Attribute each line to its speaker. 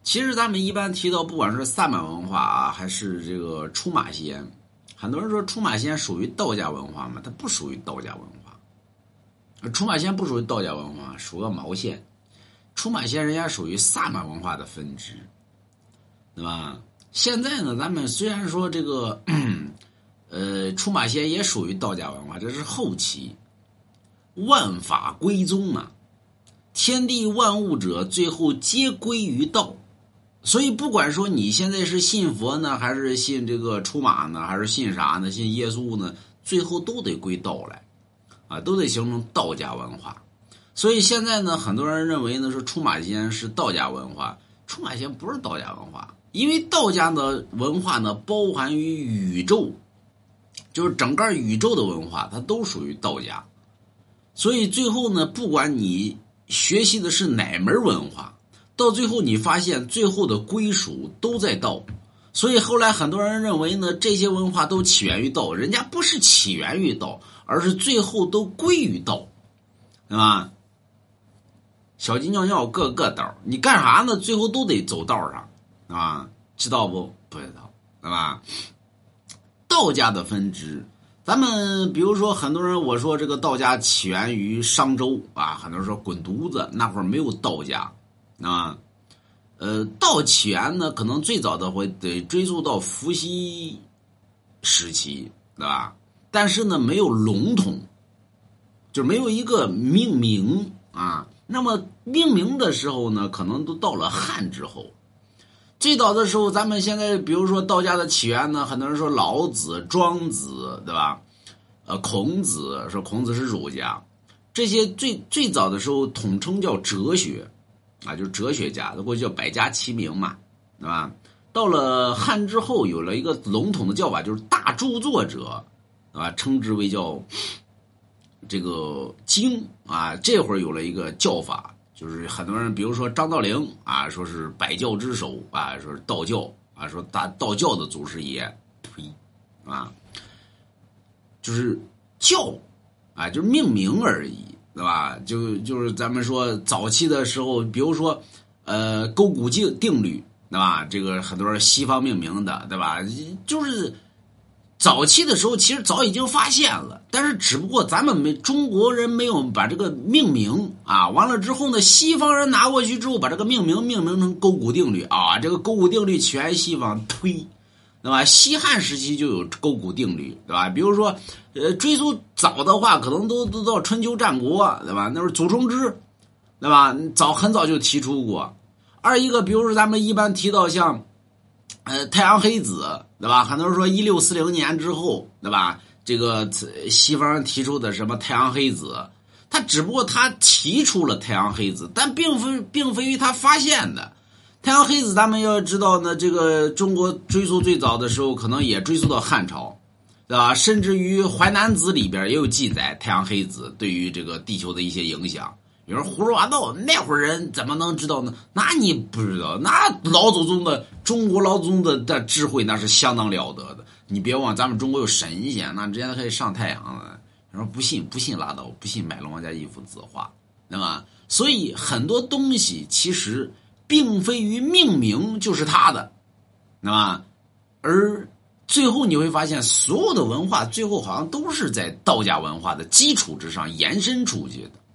Speaker 1: 其实咱们一般提到不管是萨满文化啊，还是这个出马仙，很多人说出马仙属于道家文化嘛，它不属于道家文化。出马仙不属于道家文化，属个毛线。出马仙人家属于萨满文化的分支，对吧？现在呢，咱们虽然说这个出马仙也属于道家文化，这是后期。万法归宗嘛，天地万物者最后皆归于道。所以不管说你现在是信佛呢，还是信这个出马呢，还是信啥呢，信耶稣呢，最后都得归道来啊，都得形成道家文化。所以现在呢，很多人认为呢，说出马仙是道家文化，出马仙不是道家文化，因为道家的文化呢，包含于宇宙，就是整个宇宙的文化，它都属于道家。所以最后呢，不管你学习的是哪门文化，到最后你发现最后的归属都在道。所以后来很多人认为呢，这些文化都起源于道，人家不是起源于道，而是最后都归于道，对吧？小鸡尿尿各个道，你干啥呢？最后都得走道上，啊，知道不？不知道，对吧？道家的分支，咱们比如说很多人我说这个道家起源于商周啊，很多人说滚犊子，那会儿没有道家啊。道起源呢，可能最早的会得追溯到伏羲时期，对吧？但是呢，没有笼统，就是没有一个命名啊。那么命名的时候呢，可能都到了汉之后。最早的时候，咱们现在比如说道家的起源呢，很多人说老子、庄子，对吧？孔子，说孔子是儒家，这些最早的时候统称叫哲学啊，就是哲学家，过去叫百家齐名嘛，对吧？到了汉之后，有了一个笼统的叫法，就是大著作者，对吧？称之为叫这个经啊，这会儿有了一个叫法，就是很多人比如说张道陵啊，说是百教之首啊，说是道教啊，说道教的祖师爷，呸啊，就是教啊，就是命名而已，对吧？就是咱们说早期的时候，比如说勾股定律，对吧？这个很多人西方命名的，对吧？就是早期的时候其实早已经发现了，但是只不过咱们中国人没有把这个命名啊，完了之后呢，西方人拿过去之后把这个命名成勾股定律啊，这个勾股定律起源于西方，呸，对吧？西汉时期就有勾股定律，对吧？比如说追溯早的话，可能都到春秋战国，对吧？那是祖冲之，对吧？很早就提出过。二一个，比如说咱们一般提到像太阳黑子，对吧？很多人说1640年之后，对吧？这个西方人提出的什么太阳黑子，他只不过他提出了太阳黑子，但并非于他发现的。太阳黑子咱们要知道呢，这个中国追溯最早的时候，可能也追溯到汉朝，对吧？甚至于《淮南子》里边也有记载太阳黑子对于这个地球的一些影响。有人胡说八道，那会儿人怎么能知道呢？那你不知道，那中国老祖宗的智慧那是相当了得的。你别忘，咱们中国有神仙，那直接可以上太阳了。你说不信拉倒，不信买龙王家一幅字画，对吧？所以很多东西其实并非于命名就是他的，对吧？而最后你会发现，所有的文化最后好像都是在道家文化的基础之上延伸出去的。